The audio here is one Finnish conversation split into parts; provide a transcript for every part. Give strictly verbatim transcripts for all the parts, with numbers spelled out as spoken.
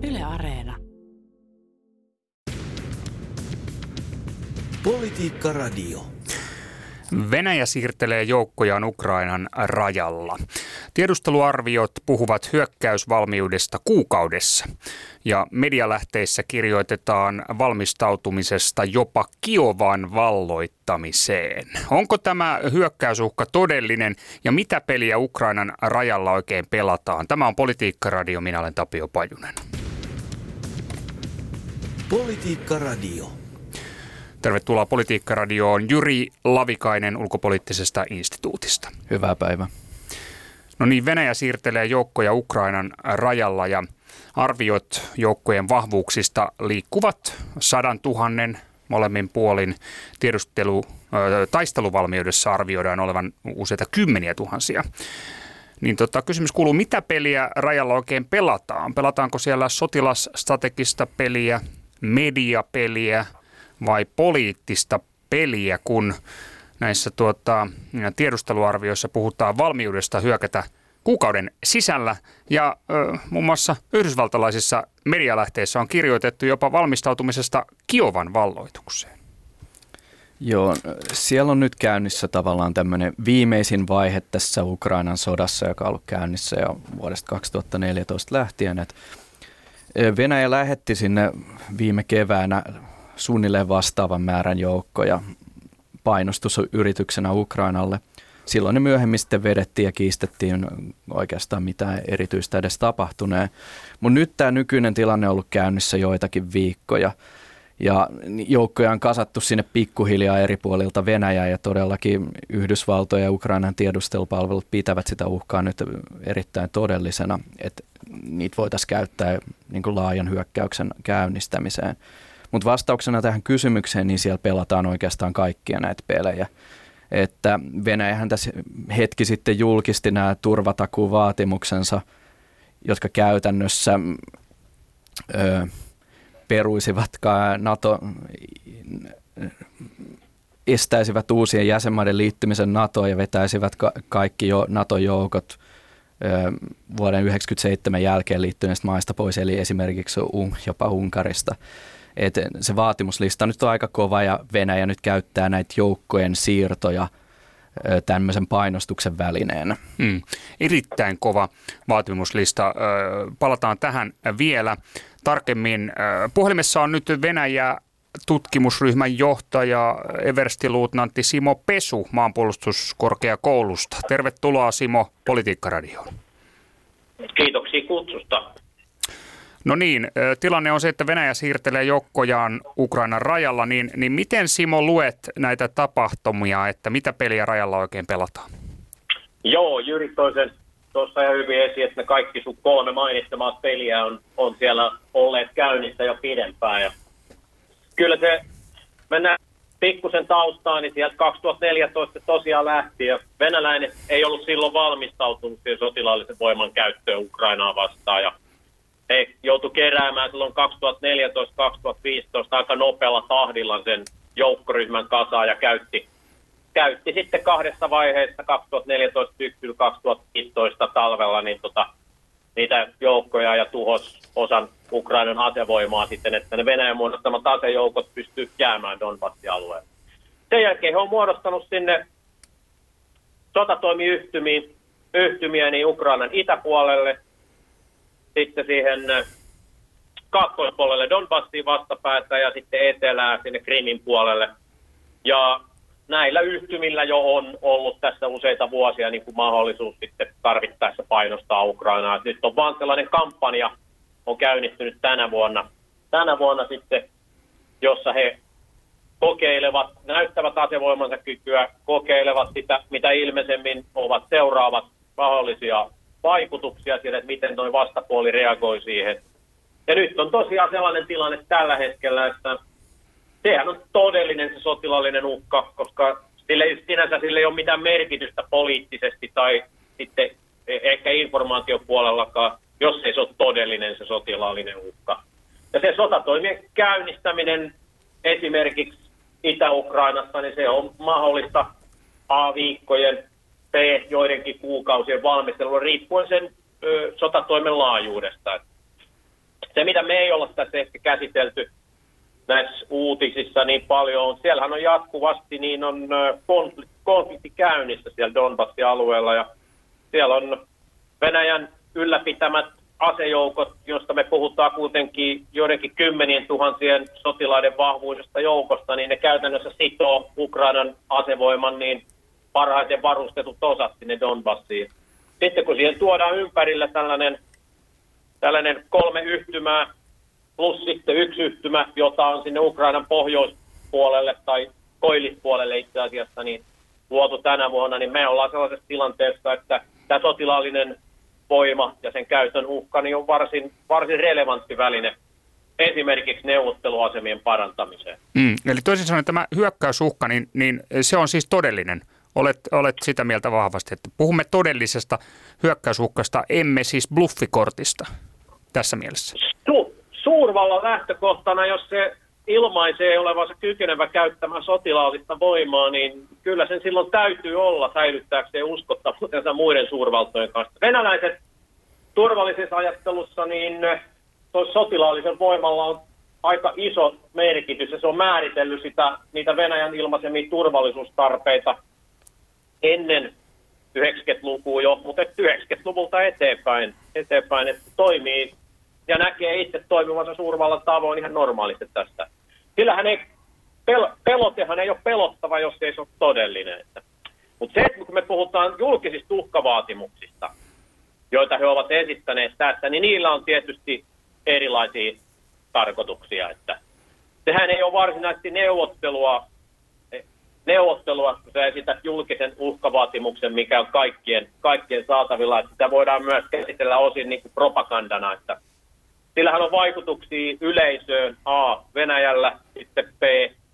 Yle Areena. Politiikka Radio. Venäjä siirtelee joukkojaan Ukrainan rajalla. Tiedusteluarviot puhuvat hyökkäysvalmiudesta kuukaudessa ja medialähteissä kirjoitetaan valmistautumisesta jopa Kiovan valloittamiseen. Onko tämä hyökkäysuhka todellinen ja mitä peliä Ukrainan rajalla oikein pelataan? Tämä on Politiikka Radio, minä olen Tapio Pajunen. Politiikka Radio. Tervetuloa Politiikka-radioon Jyri Lavikainen ulkopoliittisesta instituutista. Hyvää päivää. No niin, Venäjä siirtelee joukkoja Ukrainan rajalla ja arviot joukkojen vahvuuksista liikkuvat sadan tuhannen molemmin puolin. Tiedustelu, ö, taisteluvalmiudessa arvioidaan olevan useita kymmeniä tuhansia. Niin tota, kysymys kuuluu, mitä peliä rajalla oikein pelataan? Pelataanko siellä sotilasstrategista peliä, mediapeliä vai poliittista peliä, kun näissä tuota, tiedusteluarvioissa puhutaan valmiudesta hyökätä kuukauden sisällä ja ö, muun muassa yhdysvaltalaisissa medialähteissä on kirjoitettu jopa valmistautumisesta Kiovan valloitukseen. Joo, siellä on nyt käynnissä tavallaan tämmöinen viimeisin vaihe tässä Ukrainan sodassa, joka on ollut käynnissä jo vuodesta kaksituhattaneljätoista lähtien. Et Venäjä lähetti sinne viime keväänä suunnilleen vastaavan määrän joukkoja painostusyrityksenä Ukrainalle. Silloin ne myöhemmin sitten vedettiin ja kiistettiin oikeastaan mitään erityistä edes tapahtuneen. Mutta nyt tämä nykyinen tilanne on ollut käynnissä joitakin viikkoja. Ja joukkoja on kasattu sinne pikkuhiljaa eri puolilta Venäjää ja todellakin Yhdysvaltoja ja Ukrainan tiedustelupalvelut pitävät sitä uhkaa nyt erittäin todellisena, että niitä voitaisiin käyttää niin kuin laajan hyökkäyksen käynnistämiseen. Mutta vastauksena tähän kysymykseen, niin siellä pelataan oikeastaan kaikkia näitä pelejä. Että Venäjähän tässä hetki sitten julkisti nämä turvatakuvaatimuksensa, jotka käytännössä ö, peruisivat NATO, estäisivät uusien jäsenmaiden liittymisen NATOon ja vetäisivät ka- kaikki jo NATO-joukot ö, vuoden yhdeksänkymmentäseitsemän jälkeen liittyneistä maista pois, eli esimerkiksi un, jopa Unkarista. Et se vaatimuslista nyt on aika kova ja Venäjä nyt käyttää näitä joukkojen siirtoja tämmöisen painostuksen välineenä. Mm, erittäin kova vaatimuslista. Palataan tähän vielä tarkemmin. Puhelimessa on nyt Venäjä tutkimusryhmän johtaja everstiluutnantti Simo Pesu maanpuolustuskorkeakoulusta. Tervetuloa Simo Politiikka-radioon. Kiitoksia kutsusta. No niin, tilanne on se, että Venäjä siirtelee joukkojaan Ukrainan rajalla, niin, niin miten Simo luet näitä tapahtumia, että mitä peliä rajalla oikein pelataan? Joo, Jyri toi sen tuossa ihan hyvin esiin, että ne kaikki sun kolme mainitsemaa peliä on, on siellä olleet käynnissä jo pidempään. Ja kyllä se, mennään pikkusen taustaan, niin sieltä kaksituhattaneljätoista tosiaan lähti ja venäläinen ei ollut silloin valmistautunut siihen sotilaallisen voiman käyttöön Ukrainaa vastaan ja he joutui keräämään silloin kaksituhattaneljätoista kaksituhattaviisitoista aika nopealla tahdilla sen joukkoryhmän kasaan ja käytti, käytti sitten kahdessa vaiheessa kaksituhattaneljätoista syksyllä kaksituhattaviisitoista talvella niin tota, niitä joukkoja ja tuhos osan Ukrainan asevoimaa sitten, että ne Venäjän muodostamat asejoukot pystyy jäämään Donbassin alueelle. Sen jälkeen he on muodostanut sinne sotatoimiyhtymiin yhtymiä niin Ukrainan itäpuolelle, sitten siihen kaakkoispuolelle Donbassiin vastapäätä ja sitten etelään sinne Krimin puolelle. Ja näillä yhtymillä jo on ollut tässä useita vuosia niin kuin mahdollisuus sitten tarvittaessa painostaa Ukrainaa. Nyt on vaan sellainen kampanja, on käynnistynyt tänä vuonna, tänä vuonna sitten, jossa he kokeilevat, näyttävät asevoimansa kykyä, kokeilevat sitä, mitä ilmeisemmin ovat seuraavat mahdollisia vaikutuksia siitä, että miten tuo vastapuoli reagoi siihen. Ja nyt on tosiaan sellainen tilanne tällä hetkellä, että sehän on todellinen se sotilaallinen uhka, koska sille, sinänsä sille ei ole mitään merkitystä poliittisesti tai sitten ehkä informaatiopuolellakaan, jos ei se ole todellinen se sotilaallinen uhka. Ja se sotatoimien käynnistäminen esimerkiksi Itä-Ukrainassa, niin se on mahdollista A viikkojen, B joidenkin kuukausien valmistelua riippuen sen ö, sotatoimen laajuudesta. se, mitä me ei olla tässä ehkä käsitelty näissä uutisissa niin paljon on, siellähän on jatkuvasti niin on konflikti, konflikti käynnissä siellä Donbassin alueella ja siellä on Venäjän ylläpitämät asejoukot, josta me puhutaan kuitenkin joidenkin kymmenien tuhansien sotilaiden vahvuisesta joukosta, niin ne käytännössä sitoo Ukrainan asevoiman niin parhaiten varustetut osat sinne Donbassiin. Sitten kun siihen tuodaan ympärillä tällainen, tällainen kolme yhtymää plus sitten yksi yhtymä, jota on sinne Ukrainan pohjoispuolelle tai koillispuolelle itse asiassa niin luotu tänä vuonna, niin me ollaan sellaisessa tilanteessa, että tämä sotilaallinen voima ja sen käytön uhka niin on varsin, varsin relevantti väline esimerkiksi neuvotteluasemien parantamiseen. Mm, eli toisin sanoen tämä hyökkäysuhka, niin, niin se on siis todellinen. Olet, olet sitä mieltä vahvasti, että puhumme todellisesta hyökkäysuhkasta, emme siis bluffikortista tässä mielessä. Su- suurvallan lähtökohtana, jos se ilmaisee olevansa kykenevä käyttämään sotilaallista voimaa, niin kyllä sen silloin täytyy olla säilyttääkseen uskottavuutensa muiden suurvaltojen kanssa. Venäläiset turvallisessa ajattelussa, niin sotilaallisen voimalla on aika iso merkitys, ja se on määritellyt sitä, niitä Venäjän ilmaisemia turvallisuustarpeita ennen yhdeksänkymmentälukua jo, mutta yhdeksänkymmentäluvulta eteenpäin, eteenpäin että toimii ja näkee itse toimivansa suurvallan tavoin ihan normaalisti tästä. Sillähän ei, pel- pelotehan ei ole pelottava, jos ei se ole todellinen. Mutta se, että kun me puhutaan julkisista uhkavaatimuksista, joita he ovat esittäneet tässä, niin niillä on tietysti erilaisia tarkoituksia. Että sehän ei ole varsinaisesti neuvottelua, neuvottelua, kun sä esität julkisen uhkavaatimuksen, mikä on kaikkien, kaikkien saatavilla. Että sitä voidaan myös käsitellä osin niin kuin propagandana, että sillähän on vaikutuksia yleisöön, A, Venäjällä, sitten B,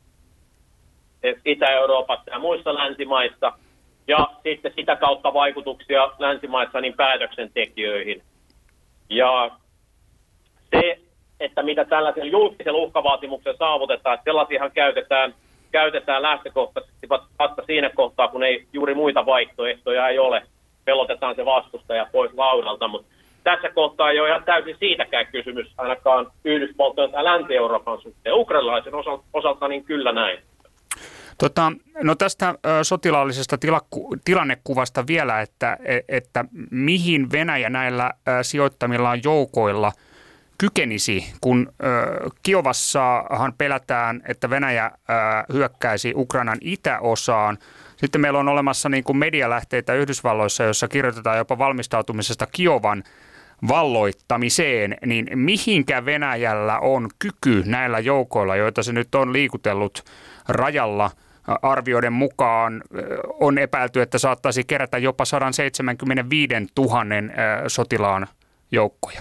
Itä-Euroopassa ja muissa länsimaissa, ja sitten sitä kautta vaikutuksia länsimaissa niin päätöksentekijöihin. Ja se, että mitä tällaisen julkisen uhkavaatimuksen saavutetaan, että sellaisiahan käytetään, käytetään lähtökohtaisesti vasta siinä kohtaa, kun ei juuri muita vaihtoehtoja ei ole. Pelotetaan se vastustaja pois laudalta, mutta tässä kohtaa ei ole ihan täysin siitäkään kysymys, ainakaan Yhdysvaltojen tai Länsi-Euroopan suhteen. Ukrainalaisen osalta, osalta niin kyllä näin. Tota, no tästä ö, sotilaallisesta tilaku, tilannekuvasta vielä, että, että mihin Venäjä näillä ö, sijoittamillaan joukoilla kykenisi, kun ö, Kiovassahan pelätään, että Venäjä ö, hyökkäisi Ukrainan itäosaan. Sitten meillä on olemassa niin kuin medialähteitä Yhdysvalloissa, jossa kirjoitetaan jopa valmistautumisesta Kiovan valloittamiseen, niin mihinkä Venäjällä on kyky näillä joukoilla, joita se nyt on liikutellut rajalla arvioiden mukaan, on epäilty, että saattaisi kerätä jopa sata seitsemänkymmentäviisituhatta sotilaan joukkoja?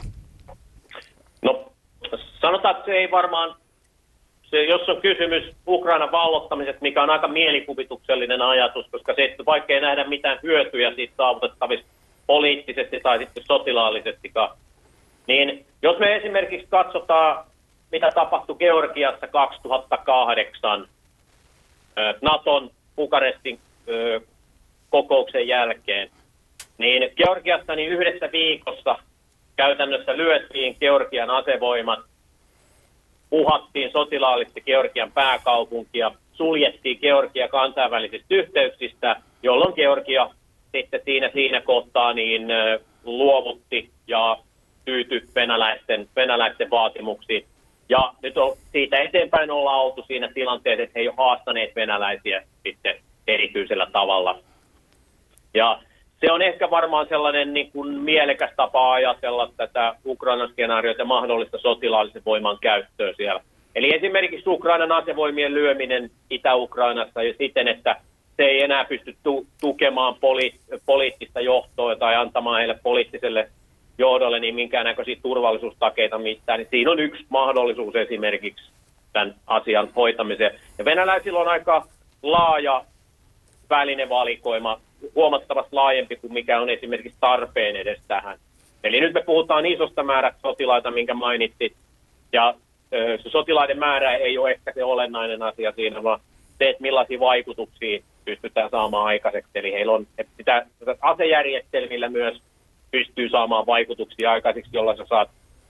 No sanotaan, että se ei varmaan, se, jos on kysymys Ukrainan valloittamisesta, mikä on aika mielikuvituksellinen ajatus, koska se, että vaikka ei nähdä mitään hyötyjä siitä saavutettavista poliittisesti tai sitten sotilaallisestikaan, niin jos me esimerkiksi katsotaan, mitä tapahtui Georgiassa kaksituhattakahdeksan Naton Bukarestin kokouksen jälkeen, niin Georgiassa niin yhdessä viikossa käytännössä lyötiin Georgian asevoimat, uhattiin sotilaallisesti Georgian pääkaupunkia, suljettiin Georgia kansainvälisistä yhteyksistä, jolloin Georgia sitten siinä, siinä kohtaa niin luovutti ja tyytyi venäläisten, venäläisten vaatimuksiin. Ja nyt on, siitä eteenpäin ollaan oltu siinä tilanteessa, että he ei ole haastaneet venäläisiä sitten erityisellä tavalla. Ja se on ehkä varmaan sellainen niin kuin mielekäs tapa ajatella tätä Ukrainan skenaarioita ja mahdollista sotilaallisen voiman käyttöä siellä. Eli esimerkiksi Ukrainan asevoimien lyöminen Itä-Ukrainassa ja siten, että se ei enää pysty tu- tukemaan poli- poliittista johtoa tai antamaan heille poliittiselle johdolle niin minkäännäköisiä turvallisuustakeita mistään, niin siinä on yksi mahdollisuus esimerkiksi tämän asian hoitamiseen. Ja venäläisillä on aika laaja välinevalikoima, huomattavasti laajempi kuin mikä on esimerkiksi tarpeen edes tähän. Eli nyt me puhutaan isosta määrästä sotilaita, minkä mainitsit, ja ö, se sotilaiden määrä ei ole ehkä se olennainen asia siinä, vaan se, että millaisia vaikutuksia pystytään saamaan aikaiseksi. Eli heillä on sitä, sitä asejärjestelmillä myös pystyy saamaan vaikutuksia aikaiseksi, jolla sä saat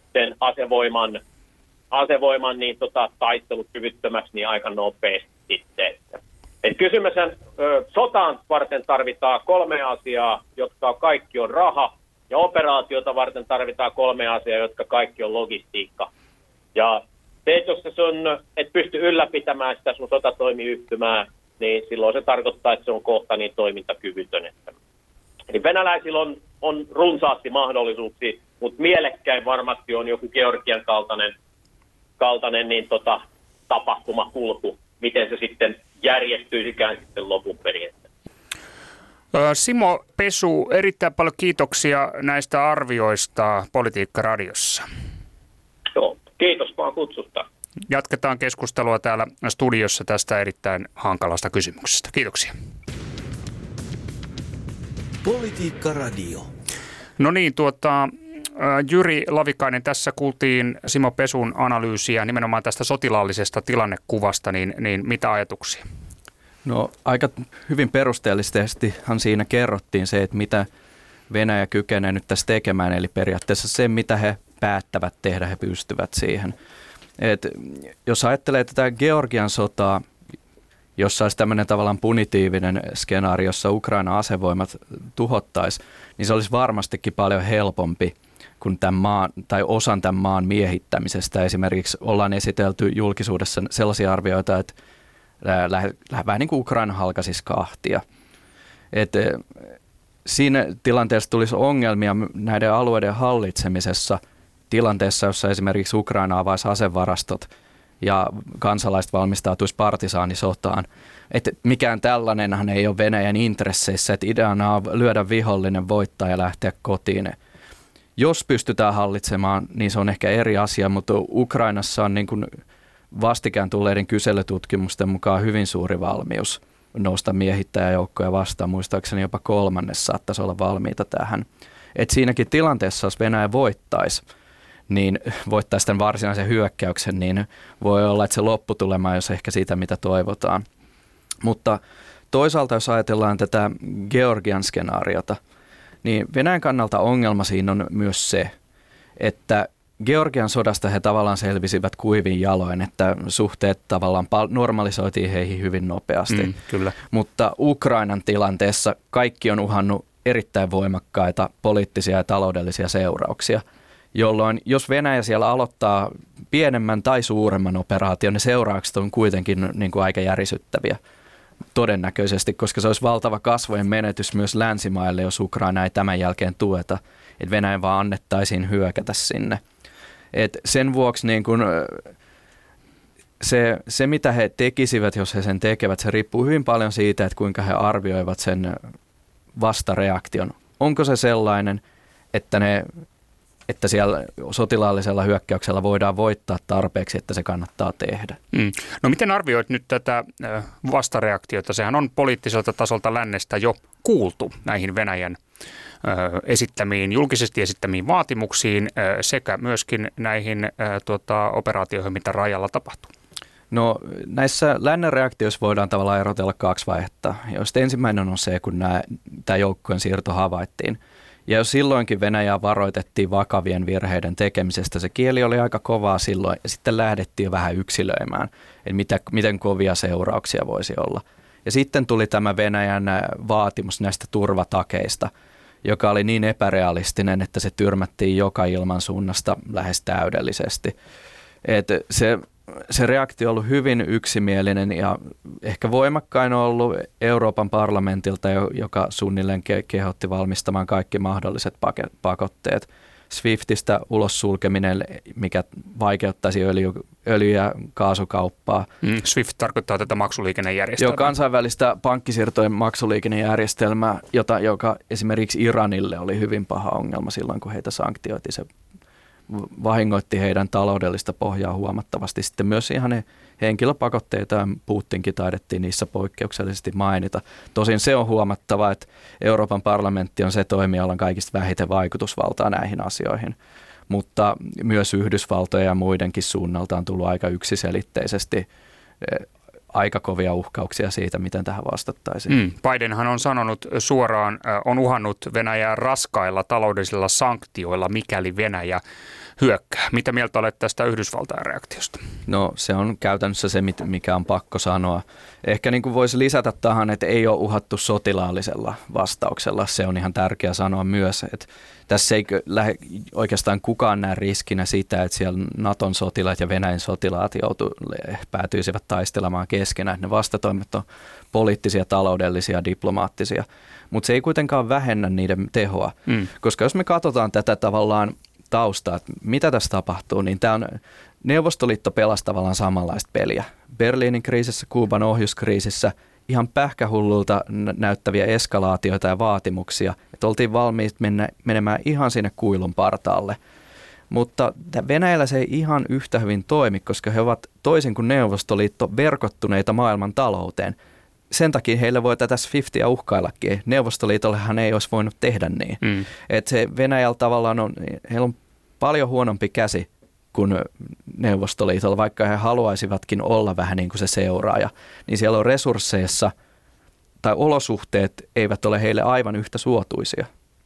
sen asevoiman, asevoiman niin tota, taistelukyvyttömäksi niin aika nopeasti sitten. Että. Et kysymyshän, ö, sotaan varten tarvitaan kolme asiaa, jotka kaikki on raha, ja operaatiota varten tarvitaan kolme asiaa, jotka kaikki on logistiikka. Ja se, että jos se on, et pysty ylläpitämään sitä sun sotatoimiyhtymää, niin silloin se tarkoittaa, että se on kohta niin toimintakyvytön. Eli venäläisillä on, on runsaasti mahdollisuuksia, mutta mielekkäin varmasti on joku Georgian kaltainen, kaltainen niin tota, tapahtumakulku, miten se sitten järjestyisikään sitten lopun perin. Simo Pesu, erittäin paljon kiitoksia näistä arvioista Politiikka Radiossa. Joo, kiitos vaan kutsusta. Jatketaan keskustelua täällä studiossa tästä erittäin hankalasta kysymyksestä. Kiitoksia. Politiikka Radio. No niin, tuota, Jyri Lavikainen, tässä kuultiin Simo Pesun analyysiä nimenomaan tästä sotilaallisesta tilannekuvasta, niin, niin mitä ajatuksia? No aika hyvin perusteellisestihan siinä kerrottiin se, että mitä Venäjä kykenee nyt tässä tekemään, eli periaatteessa se, mitä he päättävät tehdä, he pystyvät siihen. Et jos ajattelee tätä Georgian sotaa, jossa olisi tämmöinen tavallaan punitiivinen skenaario, jossa Ukraina asevoimat tuhottaisi, niin se olisi varmastikin paljon helpompi kuin tämän maan, tai osan tämän maan miehittämisestä. Esimerkiksi ollaan esitelty julkisuudessa sellaisia arvioita, että lähe, lähe vähän niin kuin Ukraina halkaisisi kahtia. Et siinä tilanteessa tulisi ongelmia näiden alueiden hallitsemisessa tilanteessa, jossa esimerkiksi Ukraina avaisi asevarastot ja kansalaiset valmistautuisi partisaanisotaan. Että mikään tällainenhan ei ole Venäjän intresseissä, että ideana on lyödä vihollinen, voittaa ja lähteä kotiin. Jos pystytään hallitsemaan, niin se on ehkä eri asia, mutta Ukrainassa on niin kuin vastikään tulleiden kyselytutkimusten mukaan hyvin suuri valmius nousta miehittäjäjoukkoja vastaan. Muistaakseni jopa kolmannes saattaisi olla valmiita tähän. Et siinäkin tilanteessa, jos Venäjä voittaisi, niin voittaisi tämän varsinaisen hyökkäyksen, niin voi olla, että se lopputulema olisi ehkä siitä, mitä toivotaan. Mutta toisaalta, jos ajatellaan tätä Georgian skenaariota, niin Venäjän kannalta ongelma siinä on myös se, että Georgian sodasta he tavallaan selvisivät kuivin jaloin, että suhteet tavallaan normalisoitiin heihin hyvin nopeasti. Mm, kyllä. Mutta Ukrainan tilanteessa kaikki on uhannut erittäin voimakkaita poliittisia ja taloudellisia seurauksia, jolloin jos Venäjä siellä aloittaa pienemmän tai suuremman operaation, ne seuraukset on kuitenkin niin kuin aika järisyttäviä todennäköisesti, koska se olisi valtava kasvojen menetys myös länsimaille, jos Ukraina ei tämän jälkeen tueta, että Venäjä vaan annettaisiin hyökätä sinne. Et sen vuoksi niin kun se, se, mitä he tekisivät, jos he sen tekevät, se riippuu hyvin paljon siitä, että kuinka he arvioivat sen vastareaktion. Onko se sellainen, että, ne, että siellä sotilaallisella hyökkäyksellä voidaan voittaa tarpeeksi, että se kannattaa tehdä? Mm. No miten arvioit nyt tätä vastareaktiota? Sehän on poliittiselta tasolta lännestä jo kuultu näihin Venäjän esittämiin, julkisesti esittämiin vaatimuksiin sekä myöskin näihin tuota, operaatioihin, mitä rajalla tapahtuu? No näissä lännen reaktioissa voidaan tavallaan erotella kaksi vaihetta, joista ensimmäinen on se, kun nämä, tämä joukkojen siirto havaittiin. Ja jos silloinkin Venäjää varoitettiin vakavien virheiden tekemisestä, se kieli oli aika kovaa silloin ja sitten lähdettiin vähän yksilöimään, että mitä, miten kovia seurauksia voisi olla. Ja sitten tuli tämä Venäjän vaatimus näistä turvatakeista, joka oli niin epärealistinen, että se tyrmättiin joka ilmansuunnasta lähes täydellisesti. Et se, se reaktio on ollut hyvin yksimielinen ja ehkä voimakkain on ollut Euroopan parlamentilta, joka suunnilleen ke- kehotti valmistamaan kaikki mahdolliset pake- pakotteet. Swiftistä ulos sulkeminen, mikä vaikeuttaisi öljy, öljy- ja kaasukauppaa. Mm, Swift tarkoittaa tätä maksuliikennejärjestelmää. Joo, kansainvälistä pankkisiirtojen maksuliikennejärjestelmää, jota, joka esimerkiksi Iranille oli hyvin paha ongelma silloin, kun heitä sanktioitiin. Se vahingoitti heidän taloudellista pohjaa huomattavasti. Sitten myös ihan ne henkilöpakotteita ja Putinkin taidettiin niissä poikkeuksellisesti mainita. Tosin se on huomattava, että Euroopan parlamentti on se toimija, jolla on kaikista vähiten vaikutusvaltaa näihin asioihin. Mutta myös Yhdysvaltojen ja muidenkin suunnalta on tullut aika yksiselitteisesti aika kovia uhkauksia siitä, miten tähän vastattaisiin. Mm. Bidenhan on sanonut suoraan, on uhannut Venäjää raskailla taloudellisilla sanktioilla, mikäli Venäjä hyökkää. Mitä mieltä olet tästä Yhdysvaltain reaktiosta? No se on käytännössä se, mikä on pakko sanoa. Ehkä niin kuin voisi lisätä tähän, että ei ole uhattu sotilaallisella vastauksella. Se on ihan tärkeä sanoa myös, että tässä ei lähde oikeastaan kukaan näe riskinä sitä, että siellä Naton sotilaat ja Venäjän sotilaat joutu, päätyisivät taistelemaan keskenään. Ne vastatoimet on poliittisia, taloudellisia, diplomaattisia, mutta se ei kuitenkaan vähennä niiden tehoa, mm. koska jos me katsotaan tätä tavallaan taustaa, että mitä tässä tapahtuu, niin tämä on Neuvostoliitto pelasi tavallaan samanlaista peliä. Berliinin kriisissä, Kuuban ohjuskriisissä ihan pähkähullulta näyttäviä eskalaatioita ja vaatimuksia, että oltiin valmiit mennä, menemään ihan sinne kuilun partaalle. Mutta Venäjällä se ei ihan yhtä hyvin toimi, koska he ovat toisin kuin Neuvostoliitto verkottuneita maailman talouteen. Sen takia heille voi tätä Swiftia uhkaillakin. Neuvostoliitollehan ei olisi voinut tehdä niin. Mm. Että se Venäjällä tavallaan on, heillä on paljon huonompi käsi kuin Neuvostoliitolla, vaikka he haluaisivatkin olla vähän niin kuin se seuraaja. Niin siellä on resursseissa tai olosuhteet eivät ole heille aivan yhtä suotuisia.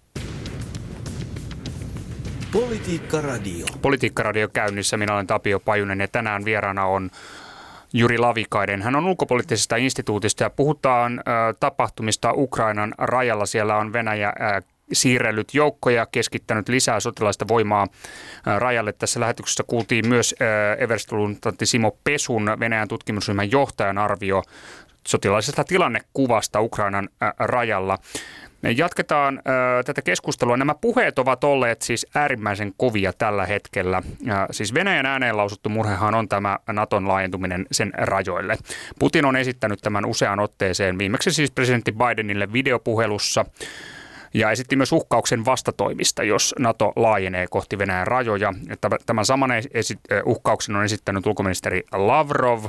Politiikkaradio. Politiikkaradio käynnissä. Minä olen Tapio Pajunen ja tänään vieraana on Juri Lavikainen. Hän on ulkopoliittisesta instituutista ja puhutaan ä, tapahtumista Ukrainan rajalla. Siellä on Venäjä ä, siirrellyt joukkoja, keskittänyt lisää sotilaista voimaa ä, rajalle. Tässä lähetyksessä kuultiin myös ä, everstluutnantti Simo Pesun, Venäjän tutkimusryhmän johtajan arvio sotilaallisesta tilannekuvasta Ukrainan ä, rajalla. Me jatketaan äh, tätä keskustelua. Nämä puheet ovat olleet siis äärimmäisen kovia tällä hetkellä. Äh, siis Venäjän ääneen lausuttu murhehan on tämä Naton laajentuminen sen rajoille. Putin on esittänyt tämän useaan otteeseen, viimeksi siis presidentti Bidenille videopuhelussa, ja esitti myös uhkauksen vastatoimista, jos NATO laajenee kohti Venäjän rajoja. Tämän saman esi- uhkauksen on esittänyt ulkoministeri Lavrov.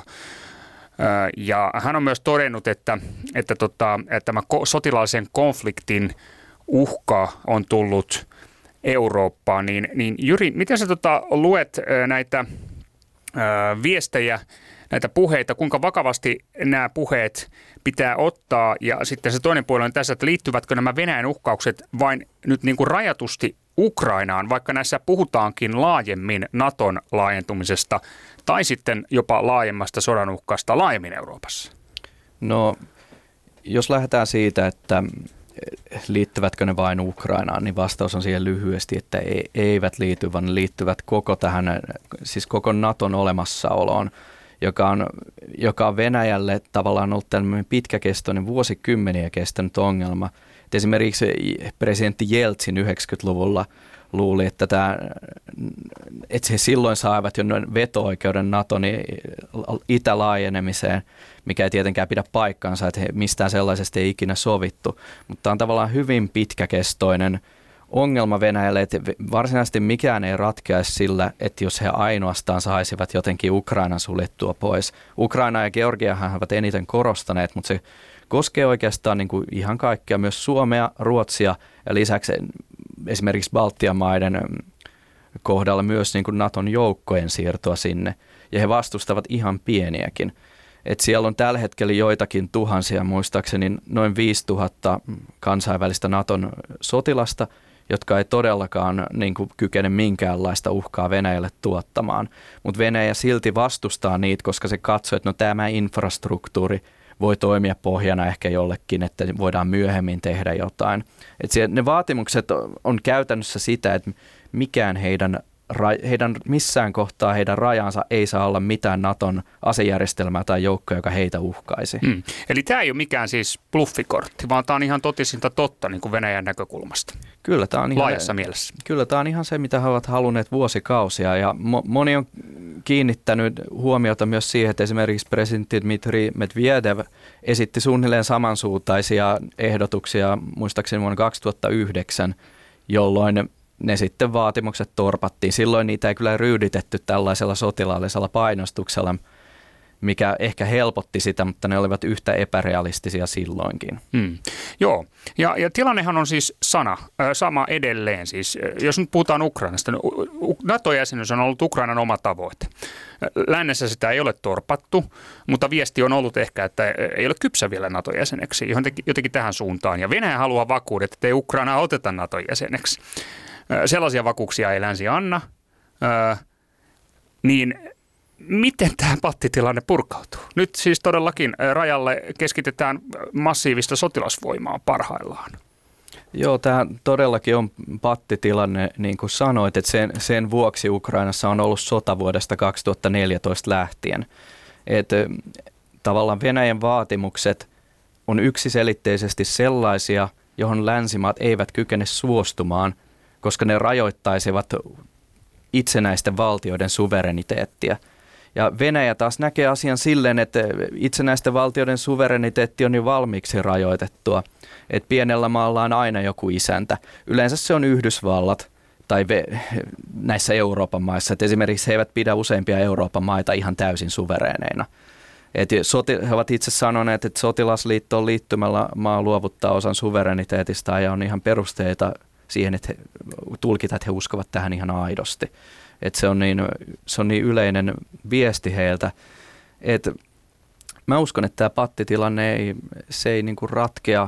Ja hän on myös todennut, että, että, tota, että tämä sotilaallisen konfliktin uhka on tullut Eurooppaan. Niin, niin Jyri, miten sä tota, luet näitä ää, viestejä, näitä puheita, kuinka vakavasti nämä puheet pitää ottaa? Ja sitten se toinen puoli on tässä, että liittyvätkö nämä Venäjän uhkaukset vain nyt niin kuin rajatusti Ukrainaan, vaikka näissä puhutaankin laajemmin Naton laajentumisesta tai sitten jopa laajemmasta sodan uhkasta laajemmin Euroopassa? No, jos lähdetään siitä, että liittyvätkö ne vain Ukrainaan, niin vastaus on siihen lyhyesti, että ei, eivät liity, vaan ne liittyvät koko tähän, siis koko Naton olemassaoloon, joka on, joka on Venäjälle tavallaan ollut tämmöinen pitkäkestoinen, vuosikymmeniä kestänyt ongelma. Et esimerkiksi presidentti Jeltsin yhdeksänkymmentäluvulla luuli, että, tämä, että he silloin saivat jo veto-oikeuden Naton itälaajenemiseen, mikä ei tietenkään pidä paikkaansa, että he mistään sellaisesta ei ikinä sovittu. Mutta tämä on tavallaan hyvin pitkäkestoinen ongelma Venäjälle, että varsinaisesti mikään ei ratkeaisi sillä, että jos he ainoastaan saisivat jotenkin Ukrainan suljettua pois. Ukraina ja Georgiahan ovat eniten korostaneet, mutta se koskee oikeastaan niin kuin ihan kaikkea, myös Suomea, Ruotsia ja lisäksi esimerkiksi Baltian maiden kohdalla myös niin kuin Naton joukkojen siirtoa sinne. Ja he vastustavat ihan pieniäkin. Et siellä on tällä hetkellä joitakin tuhansia, muistaakseni noin viisituhatta kansainvälistä Naton sotilasta, jotka ei todellakaan niin kuin, kykene minkäänlaista uhkaa Venäjälle tuottamaan. Mutta Venäjä silti vastustaa niitä, koska se katsoo, että no, tämä infrastruktuuri voi toimia pohjana ehkä jollekin, että voidaan myöhemmin tehdä jotain. Et siellä, ne vaatimukset on käytännössä sitä, että mikään heidän, heidän missään kohtaa heidän rajansa ei saa olla mitään Naton asejärjestelmää tai joukkoa, joka heitä uhkaisi. Hmm. Eli tämä ei ole mikään siis bluffikortti, vaan tämä on ihan totisinta totta niin kuin Venäjän näkökulmasta. Kyllä tämä on ihan, laajassa mielessä. Kyllä tämä on ihan se, mitä he ovat halunneet vuosikausia, ja mo- moni on kiinnittänyt huomiota myös siihen, että esimerkiksi presidentti Dmitri Medvedev esitti suunnilleen samansuuntaisia ehdotuksia muistaakseni vuonna kaksituhattayhdeksän, jolloin ne sitten vaatimukset torpattiin. Silloin niitä ei kyllä ryyditetty tällaisella sotilaallisella painostuksella, mikä ehkä helpotti sitä, mutta ne olivat yhtä epärealistisia silloinkin. Hmm. Joo, ja, ja tilannehan on siis sana, äh, sama edelleen. Siis, äh, jos nyt puhutaan Ukrainasta, NATO-jäsenyys on ollut Ukrainan oma tavoite. Lännessä sitä ei ole torpattu, mutta viesti on ollut ehkä, että ei ole kypsä vielä NATO-jäseneksi, jotenkin, jotenkin tähän suuntaan. Ja Venäjä haluaa vakuudet, että ei Ukrainaa oteta NATO-jäseneksi. Äh, sellaisia vakuuksia ei länsi anna. Äh, niin miten tämä pattitilanne purkautuu? Nyt siis todellakin rajalle keskitetään massiivista sotilasvoimaa parhaillaan. Joo, tämä todellakin on pattitilanne, niin kuin sanoit, että sen, sen vuoksi Ukrainassa on ollut sota vuodesta kaksituhattaneljätoista lähtien. Että tavallaan Venäjän vaatimukset on yksiselitteisesti sellaisia, johon länsimaat eivät kykene suostumaan, koska ne rajoittaisivat itsenäisten valtioiden suvereniteettia. Ja Venäjä taas näkee asian silleen, että itsenäisten valtioiden suvereniteetti on jo valmiiksi rajoitettua. Että pienellä maalla on aina joku isäntä. Yleensä se on Yhdysvallat tai ve- näissä Euroopan maissa. Et esimerkiksi he eivät pidä useimpia Euroopan maita ihan täysin suvereeneina. Et soti- he ovat itse sanoneet, että sotilasliittoon liittymällä maa luovuttaa osan suvereniteetista ja on ihan perusteita siihen, että he tulkitaan, että he uskovat tähän ihan aidosti. Että se on niin, se on niin yleinen viesti heiltä, että mä uskon, että tämä pattitilanne ei, se ei niinku ratkea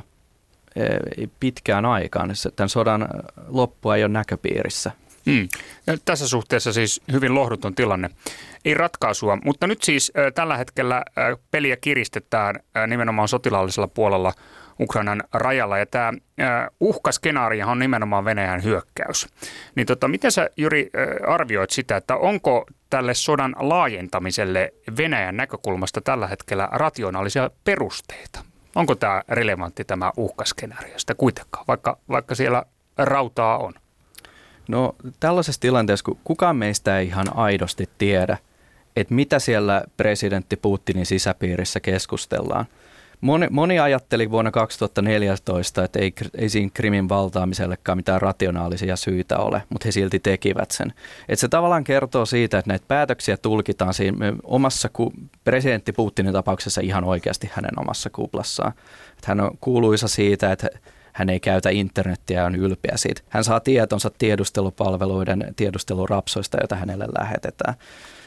ei pitkään aikaan. Tämän sodan loppua ei ole näköpiirissä. Hmm. Tässä suhteessa siis hyvin lohduton tilanne. Ei ratkaisua, mutta nyt siis äh, tällä hetkellä äh, peliä kiristetään äh, nimenomaan sotilaallisella puolella Ukrainan rajalla. Ja tämä äh, uhkaskenaariohan on nimenomaan Venäjän hyökkäys. Niin tota, miten sä, Jyri, äh, arvioit sitä, että onko tälle sodan laajentamiselle Venäjän näkökulmasta tällä hetkellä rationaalisia perusteita? Onko tämä relevantti tämä uhkaskenaario sitä kuitenkaan, vaikka, vaikka siellä rautaa on? No tällaisessa tilanteessa, kun kukaan meistä ei ihan aidosti tiedä, että mitä siellä presidentti Putinin sisäpiirissä keskustellaan. Moni, moni ajatteli vuonna kaksituhattaneljätoista, että ei, ei siinä Krimin valtaamisellekaan mitään rationaalisia syitä ole, mutta he silti tekivät sen. Että se tavallaan kertoo siitä, että näitä päätöksiä tulkitaan siinä omassa presidentti Putinin tapauksessa ihan oikeasti hänen omassa kuplassaan. Että hän on kuuluisa siitä, että hän ei käytä internettiä ja on ylpeä siitä. Hän saa tietonsa tiedustelupalveluiden tiedustelurapsoista, joita hänelle lähetetään.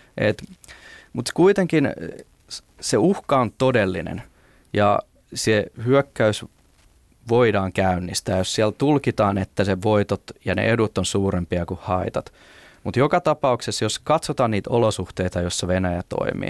Mutta kuitenkin se uhka on todellinen ja se hyökkäys voidaan käynnistää, jos siellä tulkitaan, että se voitot ja ne edut on suurempia kuin haitat. Mutta joka tapauksessa, jos katsotaan niitä olosuhteita, joissa Venäjä toimii,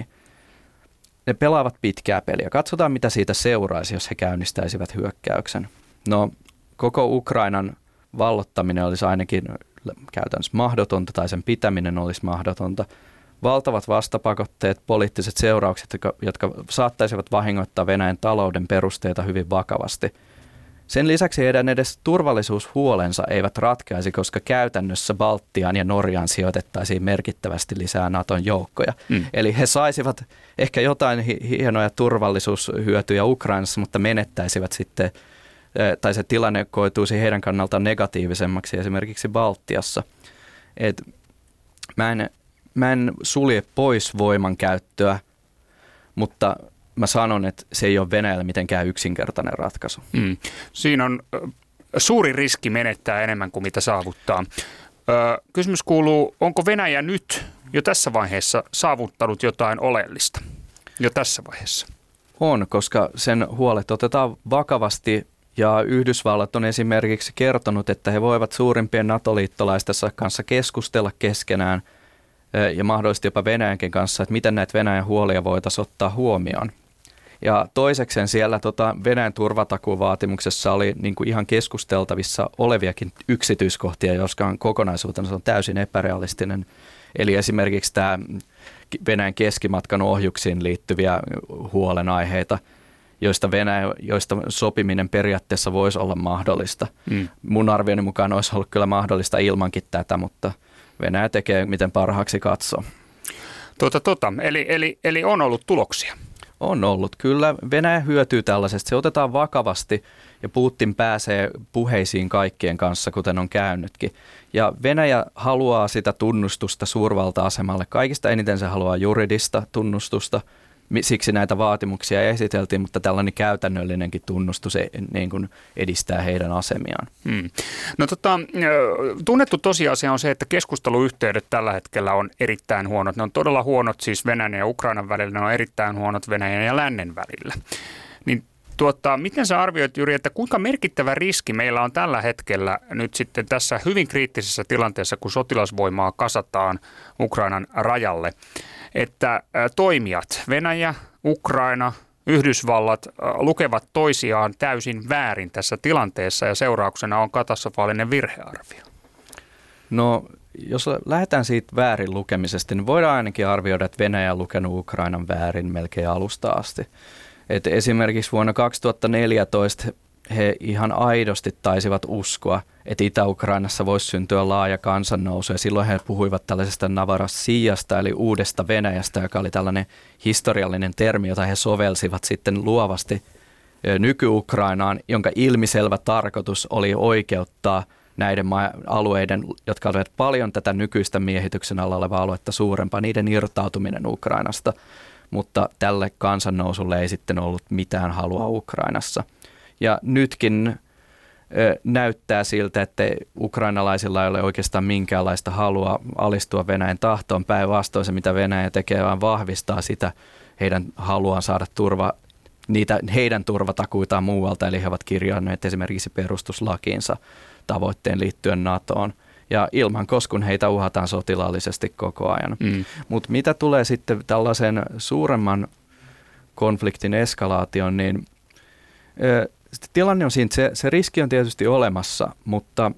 ne pelaavat pitkää peliä. Katsotaan, mitä siitä seuraisi, jos he käynnistäisivät hyökkäyksen. No, koko Ukrainan vallottaminen olisi ainakin käytännössä mahdotonta tai sen pitäminen olisi mahdotonta. Valtavat vastapakotteet, poliittiset seuraukset, jotka, jotka saattaisivat vahingoittaa Venäjän talouden perusteita hyvin vakavasti. Sen lisäksi heidän edes turvallisuushuolensa eivät ratkaisi, koska käytännössä Baltiaan ja Norjaan sijoitettaisiin merkittävästi lisää Naton joukkoja. Mm. Eli he saisivat ehkä jotain hienoja turvallisuushyötyjä Ukrainassa, mutta menettäisivät sitten tai se tilanne koituisi heidän kannaltaan negatiivisemmaksi esimerkiksi Baltiassa. Et mä, en, mä en sulje pois voiman käyttöä, mutta mä sanon, että se ei ole Venäjällä mitenkään yksinkertainen ratkaisu. Mm. Siinä on suuri riski menettää enemmän kuin mitä saavuttaa. Ö, kysymys kuuluu, onko Venäjä nyt jo tässä vaiheessa saavuttanut jotain oleellista? Jo tässä vaiheessa? On, koska sen huolet otetaan vakavasti. Ja Yhdysvallat on esimerkiksi kertonut, että he voivat suurimpien NATO-liittolaistensa kanssa keskustella keskenään ja mahdollisesti jopa Venäjänkin kanssa, että miten näitä Venäjän huolia voitaisiin ottaa huomioon. Ja toisekseen siellä tota, Venäjän turvatakuvaatimuksessa oli niin kuin ihan keskusteltavissa oleviakin yksityiskohtia, joskaan kokonaisuutena se on täysin epärealistinen. Eli esimerkiksi tämä Venäjän keskimatkan ohjuksiin liittyviä huolenaiheita, joista Venäjä, joista sopiminen periaatteessa voisi olla mahdollista. Mm. Mun arvioni mukaan olisi ollut kyllä mahdollista ilmankin tätä, mutta Venäjä tekee miten parhaaksi katsoo. Tota, tota. Eli, eli, eli on ollut tuloksia? On ollut. Kyllä Venäjä hyötyy tällaisesta. Se otetaan vakavasti ja Putin pääsee puheisiin kaikkien kanssa, kuten on käynytkin. Ja Venäjä haluaa sitä tunnustusta suurvalta-asemalle. Kaikista eniten se haluaa juridista tunnustusta, siksi näitä vaatimuksia esiteltiin, mutta tällainen käytännöllinenkin tunnustus niin kuin edistää heidän asemiaan. Hmm. No tota, tunnettu tosiasia on se, että keskusteluyhteydet tällä hetkellä on erittäin huonot. Ne on todella huonot siis Venäjän ja Ukrainan välillä, ne on erittäin huonot Venäjän ja lännen välillä. Niin tuota, miten sä arvioit, Jyri, että kuinka merkittävä riski meillä on tällä hetkellä nyt sitten tässä hyvin kriittisessä tilanteessa, kun sotilasvoimaa kasataan Ukrainan rajalle, että toimijat, Venäjä, Ukraina, Yhdysvallat lukevat toisiaan täysin väärin tässä tilanteessa ja seurauksena on katastrofaalinen virhearvio? No, jos lähdetään siitä väärin lukemisesta, niin voidaan ainakin arvioida, että Venäjä on lukenut Ukrainan väärin melkein alusta asti. Et esimerkiksi vuonna kaksituhattaneljätoista he ihan aidosti taisivat uskoa, että Itä-Ukrainassa voisi syntyä laaja kansannousu. Ja silloin he puhuivat tällaisesta Novorossijasta, eli uudesta Venäjästä, joka oli tällainen historiallinen termi, jota he sovelsivat sitten luovasti nyky-Ukrainaan, jonka ilmiselvä tarkoitus oli oikeuttaa näiden alueiden, jotka olivat paljon tätä nykyistä miehityksen alla olevaa aluetta suurempaa, niiden irtautuminen Ukrainasta. Mutta tälle kansannousulle ei sitten ollut mitään halua Ukrainassa. Ja nytkin ö, näyttää siltä, että ukrainalaisilla ei ole oikeastaan minkäänlaista halua alistua Venäjän tahtoon. Päinvastoin se, mitä Venäjä tekee, vaan vahvistaa sitä heidän haluaan saada turva, niitä heidän turvatakuitaan muualta. Eli he ovat kirjanneet esimerkiksi perustuslakiinsa tavoitteen liittyen NATOon. Ja ilman koskun heitä uhataan sotilaallisesti koko ajan. Mm. Mutta mitä tulee sitten tällaisen suuremman konfliktin eskalaation, niin ö, tilanne on siinä, se, se riski on tietysti olemassa, mutta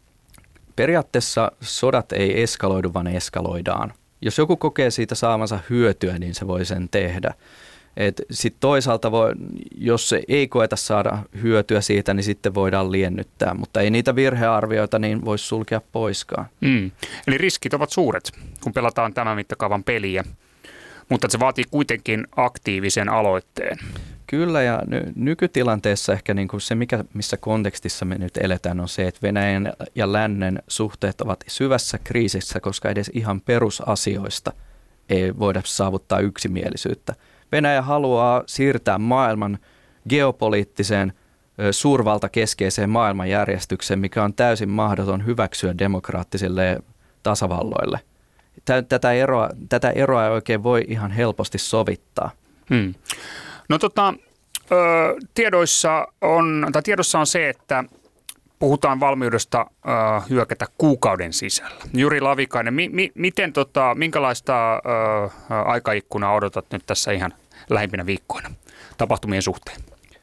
periaatteessa sodat ei eskaloidu, vaan eskaloidaan. Jos joku kokee siitä saamansa hyötyä, niin se voi sen tehdä. Sitten toisaalta, voi, jos se ei koeta saada hyötyä siitä, niin sitten voidaan liennyttää, mutta ei niitä virhearvioita niin voisi sulkea poiskaan. Mm. Eli riskit ovat suuret, kun pelataan tämän mittakaavan peliä, mutta se vaatii kuitenkin aktiivisen aloitteen. Kyllä, ja ny- nykytilanteessa ehkä niin kuin se, mikä, missä kontekstissa me nyt eletään, on se, että Venäjän ja lännen suhteet ovat syvässä kriisissä, koska edes ihan perusasioista ei voida saavuttaa yksimielisyyttä. Venäjä haluaa siirtää maailman geopoliittiseen suurvaltakeskeiseen maailmanjärjestykseen, mikä on täysin mahdoton hyväksyä demokraattisille tasavalloille. Tätä eroa, tätä eroa ei oikein voi ihan helposti sovittaa. Hmm. No tota, ö, tiedoissa on, tai tiedossa on se, että puhutaan valmiudesta ö, hyökätä kuukauden sisällä. Jyri Lavikainen, mi, mi, miten tota, minkälaista ö, aikaikkunaa odotat nyt tässä ihan lähimpinä viikkoina tapahtumien suhteen?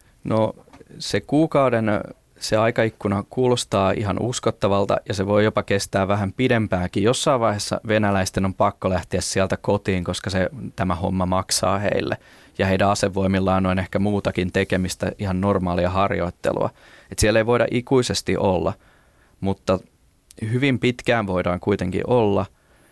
No se kuukauden se aikaikkuna kuulostaa ihan uskottavalta ja se voi jopa kestää vähän pidempäänkin. Jossain vaiheessa venäläisten on pakko lähteä sieltä kotiin, koska se, tämä homma maksaa heille. Ja heidän asevoimillaan on ehkä muutakin tekemistä, ihan normaalia harjoittelua. Et siellä ei voida ikuisesti olla, mutta hyvin pitkään voidaan kuitenkin olla.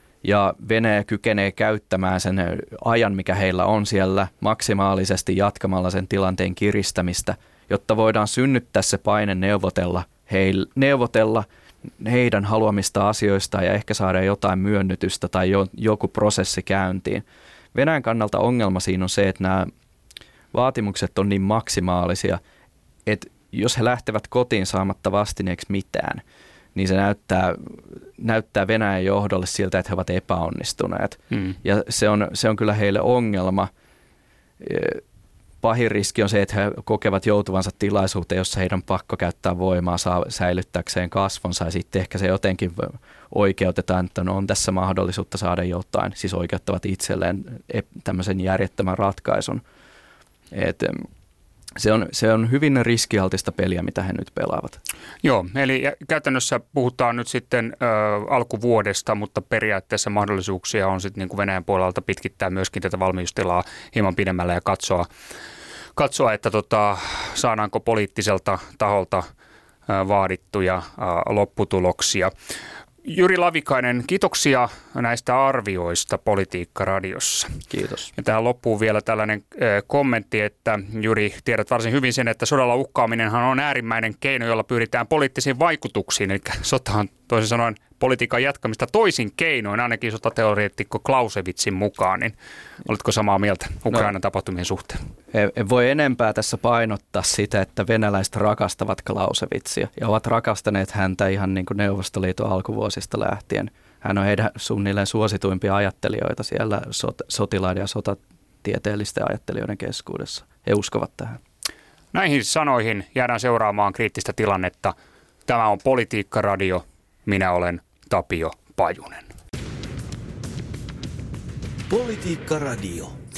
Ja Venäjä kykenee käyttämään sen ajan, mikä heillä on siellä, maksimaalisesti jatkamalla sen tilanteen kiristämistä, jotta voidaan synnyttää se paine neuvotella, heil, neuvotella heidän haluamista asioista ja ehkä saada jotain myönnytystä tai jo, joku prosessi käyntiin. Venäjän kannalta ongelma siinä on se, että nämä vaatimukset on niin maksimaalisia, että jos he lähtevät kotiin saamatta vastineeksi mitään, niin se näyttää, näyttää Venäjän johdolle siltä, että he ovat epäonnistuneet. Hmm. Ja se on, se on kyllä heille ongelma. Pahin riski on se, että he kokevat joutuvansa tilaisuuteen, jossa heidän pakko käyttää voimaa saa säilyttääkseen kasvonsa. Ja sitten ehkä se jotenkin oikeutetaan, että no on tässä mahdollisuutta saada jotain. Siis oikeuttavat itselleen tämmöisen järjettömän ratkaisun. Et, Se on, se on hyvin riskialtista peliä, mitä he nyt pelaavat. Joo, eli käytännössä puhutaan nyt sitten ö, alkuvuodesta, mutta periaatteessa mahdollisuuksia on sitten niin kuin Venäjän puolelta pitkittää myöskin tätä valmiustilaa hieman pidemmälle ja katsoa, katsoa että tota, saadaanko poliittiselta taholta ö, vaadittuja ö, lopputuloksia. Jyri Lavikainen, kiitoksia näistä arvioista Politiikka-radiossa. Kiitos. Ja tähän loppuu vielä tällainen äh, kommentti, että Jyri, tiedät varsin hyvin sen, että sodalla uhkaaminenhan on äärimmäinen keino, jolla pyritään poliittisiin vaikutuksiin. Eli sota on toisin sanoen politiikan jatkamista toisin keinoin, ainakin sotateoreetikko Clausewitzin mukaan, niin oletko samaa mieltä Ukrainan no, tapahtumien suhteen? En voi enempää tässä painottaa sitä, että venäläiset rakastavat Clausewitzia ja ovat rakastaneet häntä ihan niin kuin Neuvostoliiton alkuvuosista lähtien. Hän on heidän suunnilleen suosituimpia ajattelijoita siellä sot- sotilaiden ja sotatieteellisten ajattelijoiden keskuudessa. He uskovat tähän. Näihin sanoihin jäädään seuraamaan kriittistä tilannetta. Tämä on Politiikka-radio. Minä olen Tapio Pajunen. Politiikka-radio.